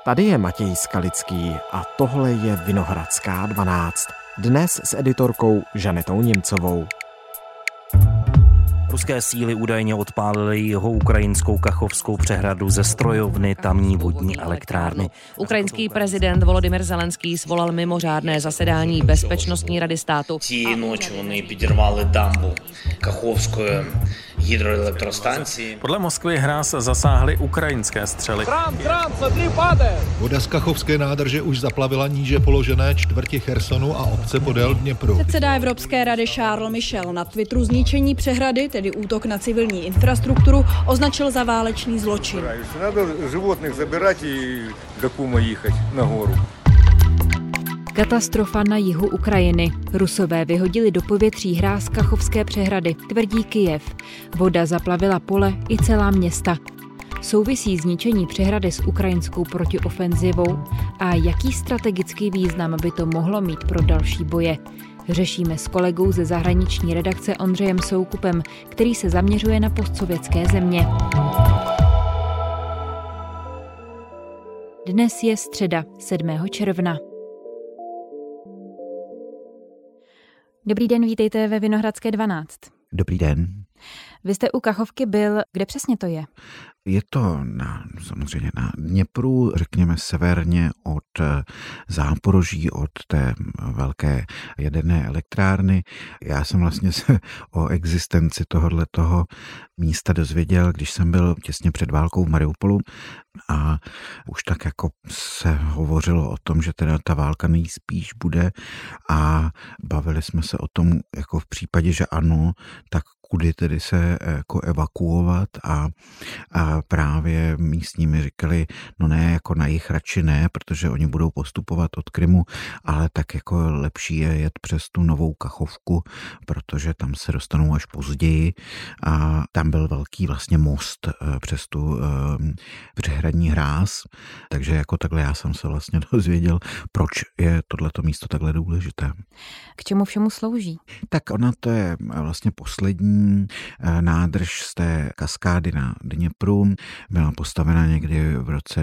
Tady je Matěj Skalický a tohle je Vinohradská 12. Dnes s editorkou Žanetou Němcovou. Ruské síly údajně odpálily jiho-ukrajinskou Kachovskou přehradu ze strojovny tamní vodní elektrárny. Ukrajinský prezident Volodymyr Zelenský svolal mimořádné zasedání Bezpečnostní rady státu. Цієї ночі вони підірвали дамбу Каховської hydroelektrostanci. Podle Moskvy hráz zasáhly ukrajinské střely. Voda z Kachovské nádrže už zaplavila níže položené čtvrti Chersonu a obce podél Dněpru. Předseda Evropské rady Charles Michel na Twitteru zničení přehrady, tedy útok na civilní infrastrukturu, označil za válečný zločin. Katastrofa na jihu Ukrajiny. Rusové vyhodili do povětří hráz Kachovské přehrady, tvrdí Kyjev. Voda zaplavila pole i celá města. Souvisí zničení přehrady s ukrajinskou protiofenzivou a jaký strategický význam by to mohlo mít pro další boje? Řešíme s kolegou ze zahraniční redakce Ondřejem Soukupem, který se zaměřuje na postsovětské země. Dnes je středa, 7. června. Dobrý den, vítejte ve Vinohradské 12. Dobrý den. Vy jste u Kachovky byl, kde přesně to je? Je to samozřejmě na Dněpru, řekněme severně od Záporoží, od té velké jaderné elektrárny. Já jsem vlastně se o existenci tohoto místa dozvěděl, když jsem byl těsně před válkou v Mariupolu a už tak jako se hovořilo o tom, že teda ta válka nejspíš bude a bavili jsme se o tom jako v případě, že ano, tak kudy tedy se jako evakuovat a právě místní mi říkali, no ne, jako na jih radši ne, protože oni budou postupovat od Krymu, ale tak jako lepší je jet přes tu novou Kachovku, protože tam se dostanou až později a tam byl velký vlastně most přes tu přehradní hráz, takže jako takhle já jsem se vlastně dozvěděl, proč je tohleto místo takhle důležité. K čemu všemu slouží? Tak ona to je vlastně poslední nádrž z té kaskády na Dněpru. Byla postavena někdy v roce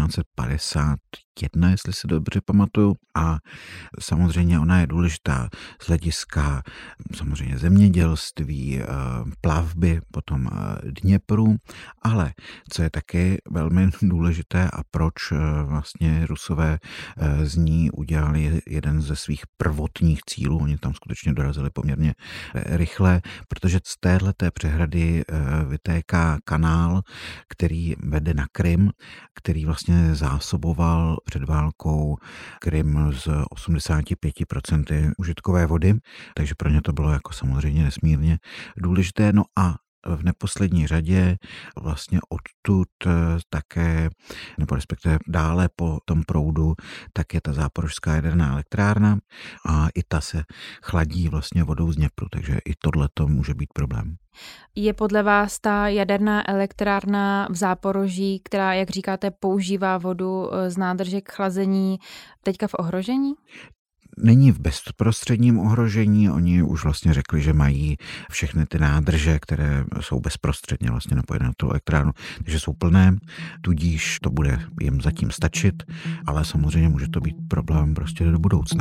1951, jestli si dobře pamatuju. A samozřejmě ona je důležitá z hlediska samozřejmě zemědělství, plavby, potom Dněpru, ale co je taky velmi důležité a proč vlastně Rusové z ní udělali jeden ze svých prvotních cílů, oni tam skutečně dorazili poměrně rychle, protože z téhleté přehrady vytéká kanál, který vede na Krym, který vlastně zásoboval před válkou Krym z 85% užitkové vody, takže pro ně to bylo jako samozřejmě nesmírně důležité. No a v neposlední řadě vlastně odtud také, nebo respektive dále po tom proudu, tak je ta záporožská jaderná elektrárna a i ta se chladí vlastně vodou z Dněpru, takže i tohleto může být problém. Je podle vás ta jaderná elektrárna v Záporoží, která, jak říkáte, používá vodu z nádrže k chlazení, teďka v ohrožení? Není v bezprostředním ohrožení, oni už vlastně řekli, že mají všechny ty nádrže, které jsou bezprostředně vlastně napojené na tu elektrárnu, takže jsou plné, tudíž to bude jim zatím stačit, ale samozřejmě může to být problém prostě do budoucna.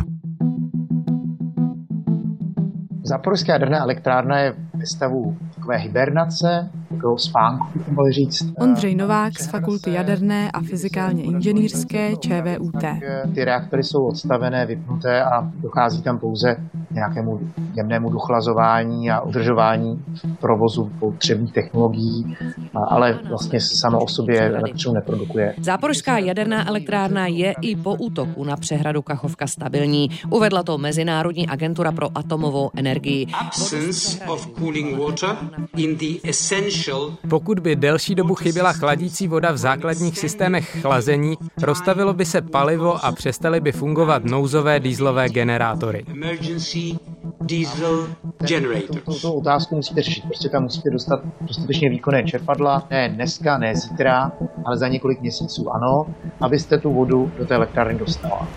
Záporožská jaderná elektrárna je ve stavu takové hibernace, takového spánku, bychom mohli říct. Ondřej Novák z Fakulty jaderné a fyzikálně inženýrské ČVUT. Ty reaktory jsou odstavené, vypnuté a dochází tam pouze nějakému jemnému dochlazování a udržování provozu potřebných technologií, ale vlastně samo o sobě elektřinu neprodukuje. Záporožská jaderná elektrárna je i po útoku na přehradu Kachovka stabilní. Uvedla to Mezinárodní agentura pro atomovou energii. Pokud by delší dobu chyběla chladící voda v základních systémech chlazení, roztavilo by se palivo a přestaly by fungovat nouzové dieselové generátory. Tu otázku musíte řešit. Prostě tam musíte dostat dostatečně výkonné čerpadla, ne dneska, ne zítra, ale za několik měsíců ano, abyste tu vodu do té elektrárny dostala.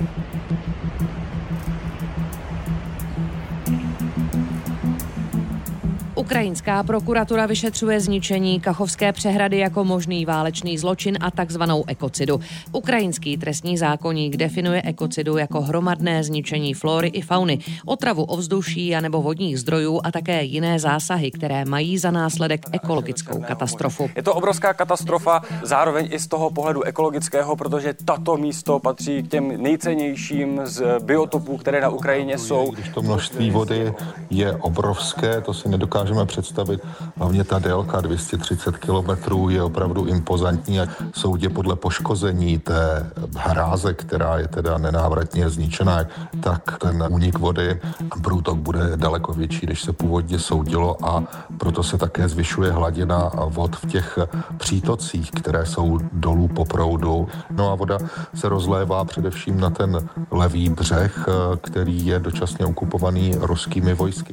Ukrajinská prokuratura vyšetřuje zničení Kachovské přehrady jako možný válečný zločin a takzvanou ekocidu. Ukrajinský trestní zákoník definuje ekocidu jako hromadné zničení flóry i fauny, otravu ovzduší a nebo vodních zdrojů a také jiné zásahy, které mají za následek ekologickou katastrofu. Je to obrovská katastrofa, zároveň i z toho pohledu ekologického, protože tato místo patří k těm nejcennějším z biotopů, které na Ukrajině jsou. Když to množství vody je obrovské, to si nedokážeme představit. Hlavně ta délka 230 kilometrů je opravdu impozantní a soudě podle poškození té hráze, která je teda nenávratně zničená, tak ten únik vody a průtok bude daleko větší, než se původně soudilo, a proto se také zvyšuje hladina vod v těch přítocích, které jsou dolů po proudu. No a voda se rozlévá především na ten levý břeh, který je dočasně okupovaný ruskými vojsky.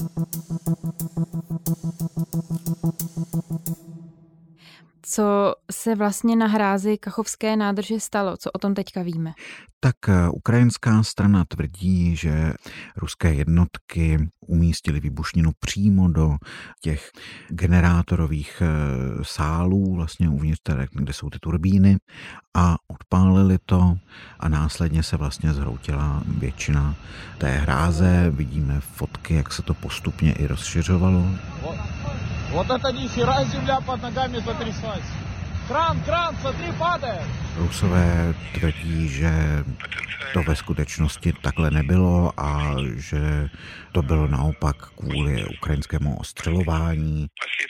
Co se vlastně na hrázi Kachovské nádrže stalo? Co o tom teďka víme? Tak ukrajinská strana tvrdí, že ruské jednotky umístily výbušninu přímo do těch generátorových sálů, vlastně uvnitř, kde jsou ty turbíny, a odpálili to a následně se vlastně zhroutila většina té hráze. Vidíme fotky, jak se to postupně i rozšiřovalo. Вот это нихера земля под ногами затряслась. Кран, смотри, падает. Rusové tvrdí, že to ve skutečnosti takhle nebylo a že to bylo naopak kvůli ukrajinskému ostřelování.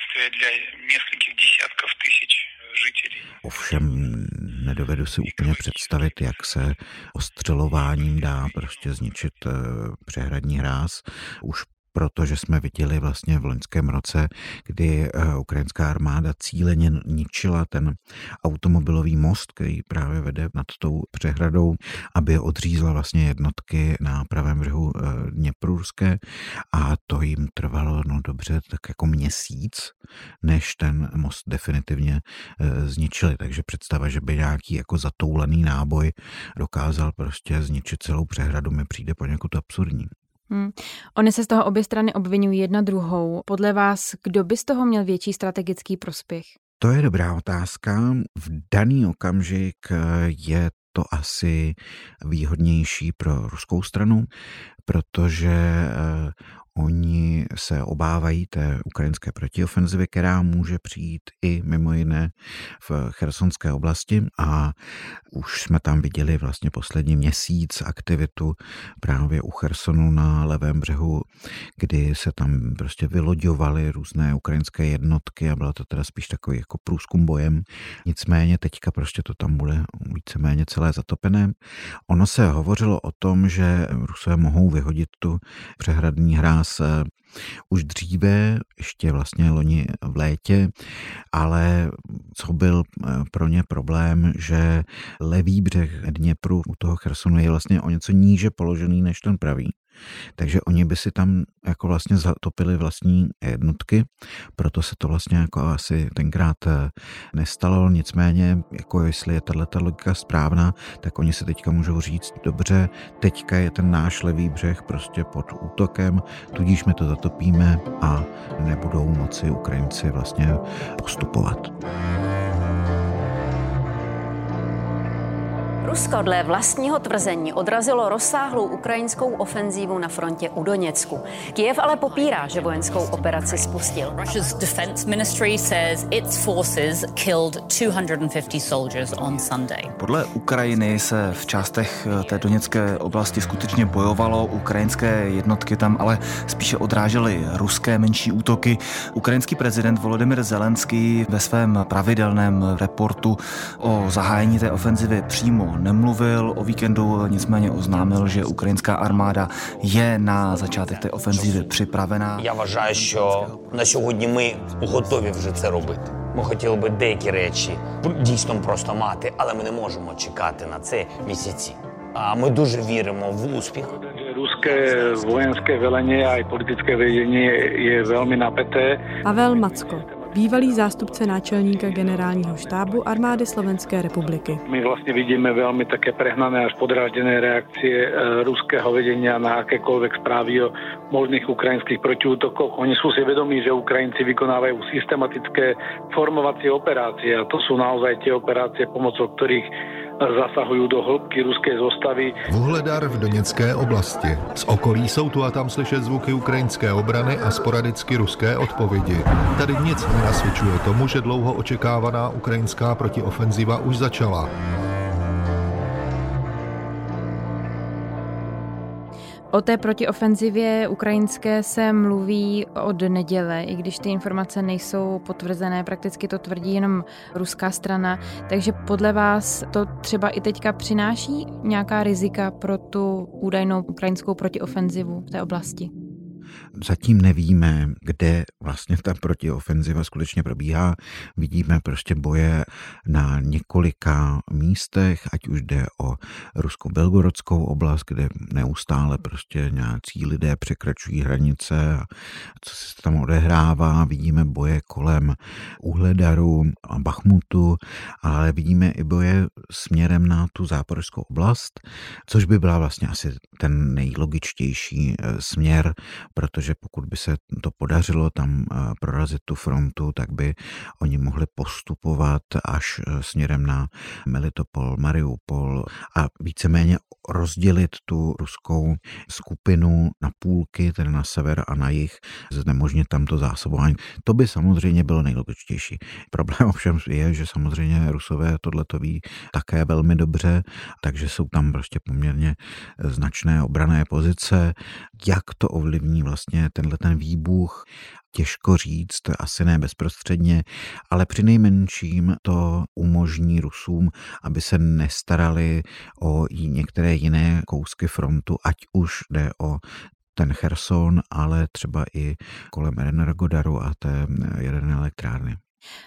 Ovšem nedovedu si úplně představit, jak se ostřelováním dá prostě zničit přehradní hráz. Už protože jsme viděli vlastně v loňském roce, kdy ukrajinská armáda cíleně ničila ten automobilový most, který právě vede nad tou přehradou, aby odřízla vlastně jednotky na pravém břehu Dněprurské, a to jim trvalo dobře tak jako měsíc, než ten most definitivně zničili. Takže představa, že by nějaký jako zatoulený náboj dokázal prostě zničit celou přehradu, mi přijde poněkud absurdní. Ony se z toho obě strany obvinují jedna druhou. Podle vás, kdo by z toho měl větší strategický prospěch? To je dobrá otázka. V daný okamžik je to asi výhodnější pro ruskou stranu, protože oni se obávají té ukrajinské protiofenzivy, která může přijít i mimo jiné v chersonské oblasti, a už jsme tam viděli vlastně poslední měsíc aktivitu právě u Chersonu na levém břehu, kdy se tam prostě vyloďovaly různé ukrajinské jednotky a bylo to teda spíš takový jako průzkum bojem. Nicméně teďka prostě to tam bude víceméně celé zatopené. Ono se hovořilo o tom, že Rusové mohou vyhodit tu přehradní hráz už dříve, ještě vlastně loni v létě, ale co byl pro ně problém, že levý břeh Dněpru u toho Chersonu je vlastně o něco níže položený než ten pravý. Takže oni by si tam jako vlastně zatopili vlastní jednotky, proto se to vlastně jako asi tenkrát nestalo. Nicméně, jako jestli je tato logika správná, tak oni si teďka můžou říct, dobře, teďka je ten náš levý břeh prostě pod útokem, tudíž my to zatopíme a nebudou moci Ukrajinci vlastně postupovat. Rusko dle vlastního tvrzení odrazilo rozsáhlou ukrajinskou ofenzívu na frontě u Doněcku. Kyjev ale popírá, že vojenskou operaci spustil. Russia's defense ministry says its forces killed 250 soldiers on Sunday. Podle Ukrajiny se v částech té doněcké oblasti skutečně bojovalo, ukrajinské jednotky tam ale spíše odrážely ruské menší útoky. Ukrajinský prezident Volodymyr Zelenský ve svém pravidelném reportu o zahájení té ofenzivy přímo nemluvil. O víkendu nicméně oznámil, že ukrajinská armáda je na začátek té ofenzívy připravená. Я вважаю, що на сьогодні ми готові вже це робити. Ми хотіли би деякі речі дійсно просто мати, але ми не можемо чекати на це місяці. А ми дуже віримо в успіх. Ruské vojenské velení a i politické vedení je velmi napeté. Pavel Macko, bývalý zástupce náčelníka generálního štábu armády Slovenské republiky. My vlastně vidíme velmi také prehnané až podrážděné reakcie ruského vedenia na akékoľvek správy o možných ukrajinských protiútokoch. Oni sú si vedomí, že Ukrajinci vykonávajú systematické formovacie operácie a to sú naozaj tie operácie, pomocou ktorých zasahují do hloubky ruské zostavy. Vuhledar v Doněcké oblasti. Z okolí jsou tu a tam slyšet zvuky ukrajinské obrany a sporadicky ruské odpovědi. Tady nic nenasvědčuje tomu, že dlouho očekávaná ukrajinská protiofenziva už začala. O té protiofenzivě ukrajinské se mluví od neděle, i když ty informace nejsou potvrzené, prakticky to tvrdí jenom ruská strana. Takže podle vás to třeba i teďka přináší nějaká rizika pro tu údajnou ukrajinskou protiofenzivu v té oblasti? Zatím nevíme, kde vlastně ta protiofenziva skutečně probíhá. Vidíme prostě boje na několika místech, ať už jde o ruskou Belgorodskou oblast, kde neustále prostě nějací lidé překračují hranice a co se tam odehrává. Vidíme boje kolem Uhledaru a Bachmutu, ale vidíme i boje směrem na tu záporožskou oblast, což by byla vlastně asi ten nejlogičtější směr, protože pokud by se to podařilo tam prorazit tu frontu, tak by oni mohli postupovat až směrem na Melitopol, Mariupol a víceméně rozdělit tu ruskou skupinu na půlky, tedy na sever a na jih, znemožnit tam to zásobování. To by samozřejmě bylo nejlogičtější. Problém ovšem je, že samozřejmě Rusové tohleto ví také velmi dobře, takže jsou tam prostě poměrně značné obranné pozice. Jak to ovlivní vlastně ten výbuch, těžko říct, asi ne bezprostředně, ale přinejmenším to umožní Rusům, aby se nestarali o některé jiné kousky frontu, ať už jde o ten Cherson, ale třeba i kolem Energodaru a té jaderné elektrárny.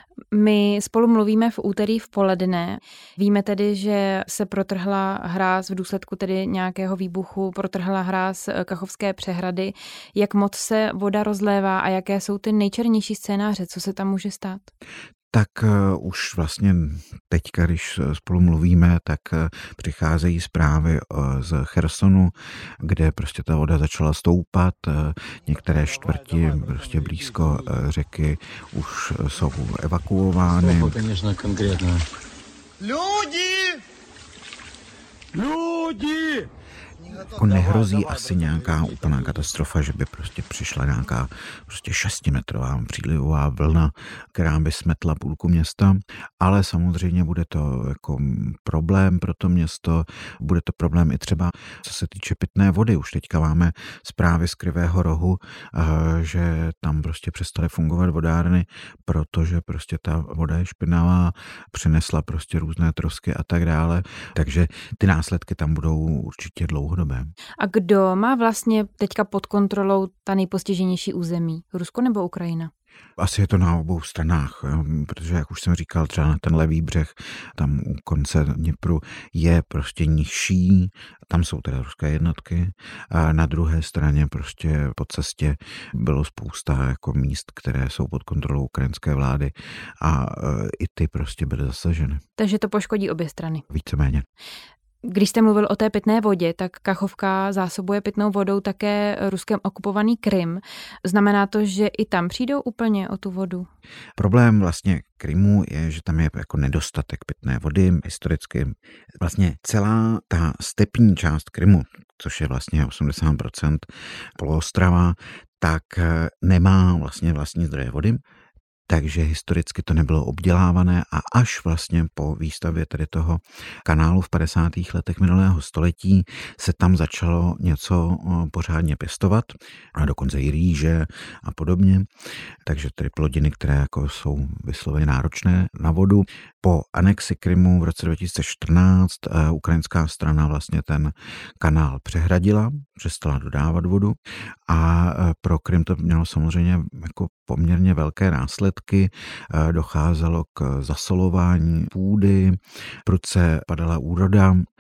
My spolu mluvíme v úterý v poledne. Víme tedy, že se protrhla hráz v důsledku tedy nějakého výbuchu, protrhla hráz Kachovské přehrady. Jak moc se voda rozlévá a jaké jsou ty nejčernější scénáře, co se tam může stát? Tak už vlastně teďka, když spolu mluvíme, tak přicházejí zprávy z Chersonu, kde prostě ta voda začala stoupat. Některé čtvrti prostě blízko řeky už jsou evakuovány. Lidi! Nehrozí asi nějaká úplná katastrofa, že by prostě přišla nějaká prostě 6metrová přílivová vlna, která by smetla půlku města, ale samozřejmě bude to jako problém pro to město, bude to problém i třeba co se týče pitné vody. Už teďka máme zprávy z Krivého Rohu, že tam prostě přestaly fungovat vodárny, protože prostě ta voda je špinavá, přinesla prostě různé trosky a tak dále, takže ty následky tam budou určitě dlouhodobé. A kdo má vlastně teďka pod kontrolou ta nejpostiženější území? Rusko nebo Ukrajina? Asi je to na obou stranách, protože, jak už jsem říkal, třeba na ten levý břeh, tam u konce Dněpru je prostě nižší, tam jsou teda ruské jednotky, a na druhé straně prostě po cestě bylo spousta jako míst, které jsou pod kontrolou ukrajinské vlády a i ty prostě byly zasaženy. Takže to poškodí obě strany. Víceméně. Když jste mluvil o té pitné vodě, tak Kachovka zásobuje pitnou vodou také Ruskem okupovaný Krym. Znamená to, že i tam přijdou úplně o tu vodu? Problém vlastně Krymu je, že tam je jako nedostatek pitné vody. Historicky vlastně celá ta stepní část Krymu, což je vlastně 80% poloostrava, tak nemá vlastně vlastní zdroje vody. Takže historicky to nebylo obdělávané a až vlastně po výstavě tedy toho kanálu v 50. letech minulého století se tam začalo něco pořádně pěstovat a dokonce i rýže a podobně. Takže tedy plodiny, které jako jsou vysloveně náročné na vodu. Po anexi Krymu v roce 2014 ukrajinská strana vlastně ten kanál přehradila, přestala dodávat vodu a pro Krym to mělo samozřejmě jako poměrně velké následky. Docházelo k zasolování půdy, prudce padala úroda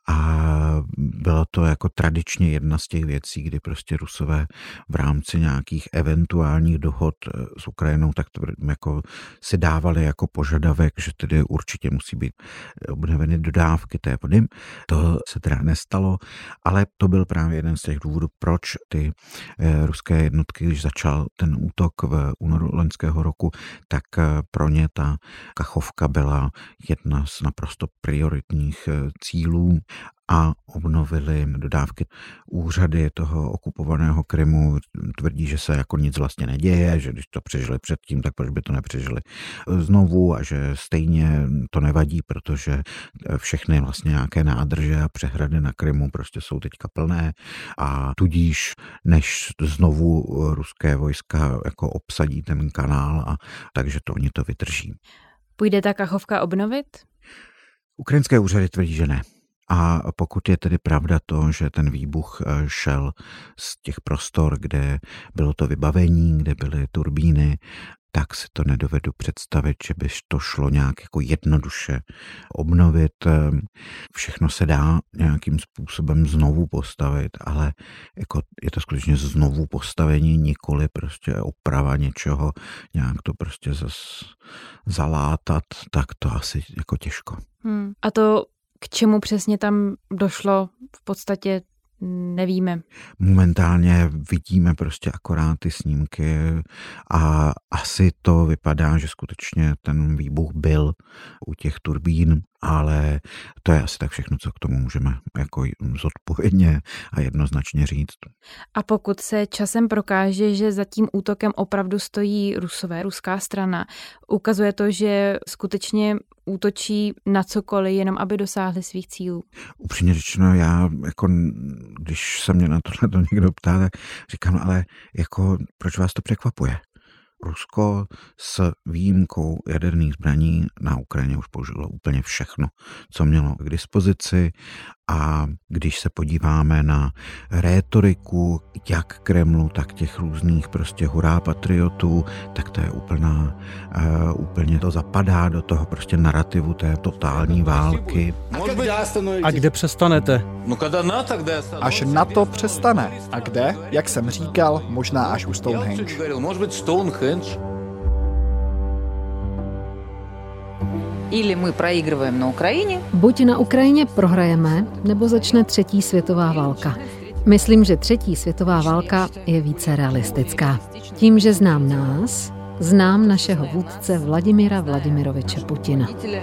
A bylo to jako tradičně jedna z těch věcí, kdy prostě Rusové v rámci nějakých eventuálních dohod s Ukrajinou tak to jako si dávali jako požadavek, že tedy určitě musí být obnoveny dodávky té vody. To se teda nestalo, ale to byl právě jeden z těch důvodů, proč ty ruské jednotky, když začal ten útok v únoru loňského roku, tak pro ně ta Kachovka byla jedna z naprosto prioritních cílů a obnovili dodávky. Úřady toho okupovaného Krymu tvrdí, že se jako nic vlastně neděje, že když to přežili předtím, tak proč by to nepřežili znovu a že stejně to nevadí, protože všechny vlastně nějaké nádrže a přehrady na Krymu prostě jsou teďka plné a tudíž než znovu ruské vojska jako obsadí ten kanál a takže to oni to vydrží. Půjde ta Kachovka obnovit? Ukrajinské úřady tvrdí, že ne. A pokud je tedy pravda to, že ten výbuch šel z těch prostor, kde bylo to vybavení, kde byly turbíny, tak si to nedovedu představit, že by to šlo nějak jako jednoduše obnovit. Všechno se dá nějakým způsobem znovu postavit, ale jako je to skutečně znovu postavení, nikoli prostě oprava něčeho, nějak to prostě zalátat, tak to asi jako těžko. A to k čemu přesně tam došlo, v podstatě nevíme. Momentálně vidíme prostě akorát ty snímky a asi to vypadá, že skutečně ten výbuch byl u těch turbín, ale to je asi tak všechno, co k tomu můžeme jako zodpovědně a jednoznačně říct. A pokud se časem prokáže, že za tím útokem opravdu stojí Rusové, ruská strana, ukazuje to, že skutečně útočí na cokoliv, jenom aby dosáhli svých cílů. Upřímně řečeno, já jako, když se mě na tohle někdo ptá, tak říkám, ale jako, proč vás to překvapuje? Rusko s výjimkou jaderných zbraní na Ukrajině už použilo úplně všechno, co mělo k dispozici a když se podíváme na rétoriku jak Kremlu, tak těch různých prostě hurá patriotů, tak to je úplně to zapadá do toho prostě narrativu té totální války. A kde přestanete? Až NATO přestane. A kde? Jak jsem říkal, možná až u Stonehenge. Buď na Ukrajině prohrajeme, nebo začne třetí světová válka. Myslím, že třetí světová válka je více realistická. Tím, že znám nás, znám našeho vůdce Vladimira Vladimiroviče Putina.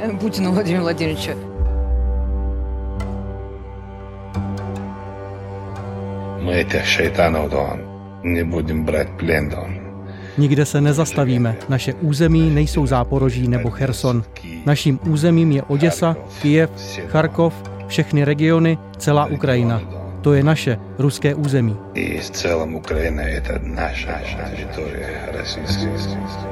My těch šejtánů nebudeme brát plén. Nikde se nezastavíme. Naše území nejsou Záporoží nebo Cherson. Naším územím je Oděsa, Kyjev, Charkov, všechny regiony, celá Ukrajina. To je naše ruské území. I celá Ukrajina je to naša teritorie российská.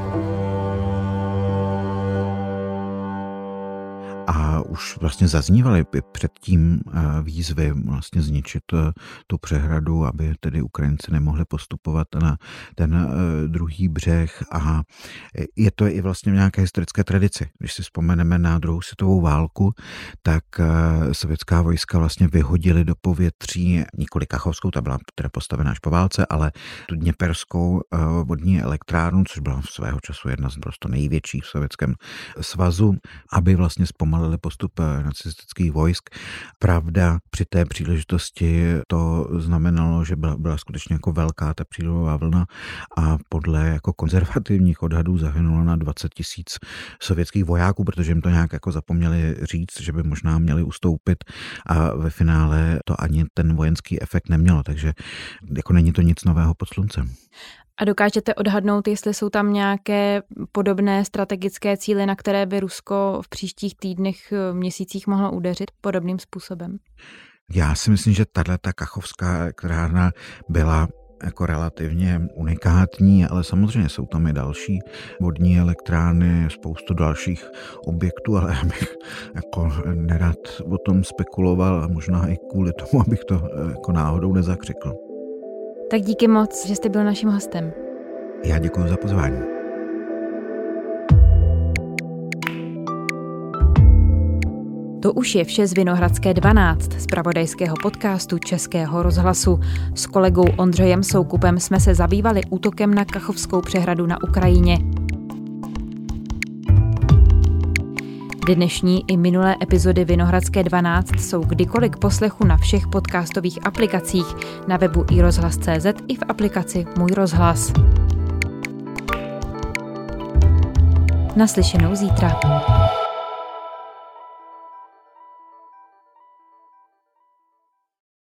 A už vlastně zaznívaly předtím výzvy vlastně zničit tu přehradu, aby tedy Ukrajinci nemohli postupovat na ten druhý břeh a je to i vlastně v nějaké historické tradici. Když si vzpomeneme na druhou světovou válku, tak sovětská vojska vlastně vyhodili do povětří nikoli Kachovskou, ta byla teda postavená až po válce, ale tu Dněperskou vodní elektrárnu, což byla svého času jedna z prostě největších v Sovětském svazu, aby vlastně zpomalili postup nacistických vojsk. Pravda, při té příležitosti to znamenalo, že byla skutečně jako velká ta přílová vlna a podle jako konzervativních odhadů zahynulo na 20 000 sovětských vojáků, protože jim to nějak jako zapomněli říct, že by možná měli ustoupit a ve finále to ani ten vojenský efekt nemělo, takže jako není to nic nového pod sluncem. A dokážete odhadnout, jestli jsou tam nějaké podobné strategické cíle, na které by Rusko v příštích týdnech, měsících mohlo udeřit podobným způsobem? Já si myslím, že tato Kachovská elektrárna byla jako relativně unikátní, ale samozřejmě jsou tam i další vodní elektrárny, spoustu dalších objektů, ale já bych jako nerad o tom spekuloval a možná i kvůli tomu, abych to jako náhodou nezakřikl. Tak díky moc, že jste byl naším hostem. Já děkuji za pozvání. To už je vše z Vinohradské 12, z zpravodajského podcastu Českého rozhlasu. S kolegou Ondřejem Soukupem jsme se zabývali útokem na Kachovskou přehradu na Ukrajině. Dnešní i minulé epizody Vinohradské 12 jsou kdykoliv k poslechu na všech podcastových aplikacích, na webu iRozhlas.cz i v aplikaci Můj rozhlas. Naslyšenou zítra.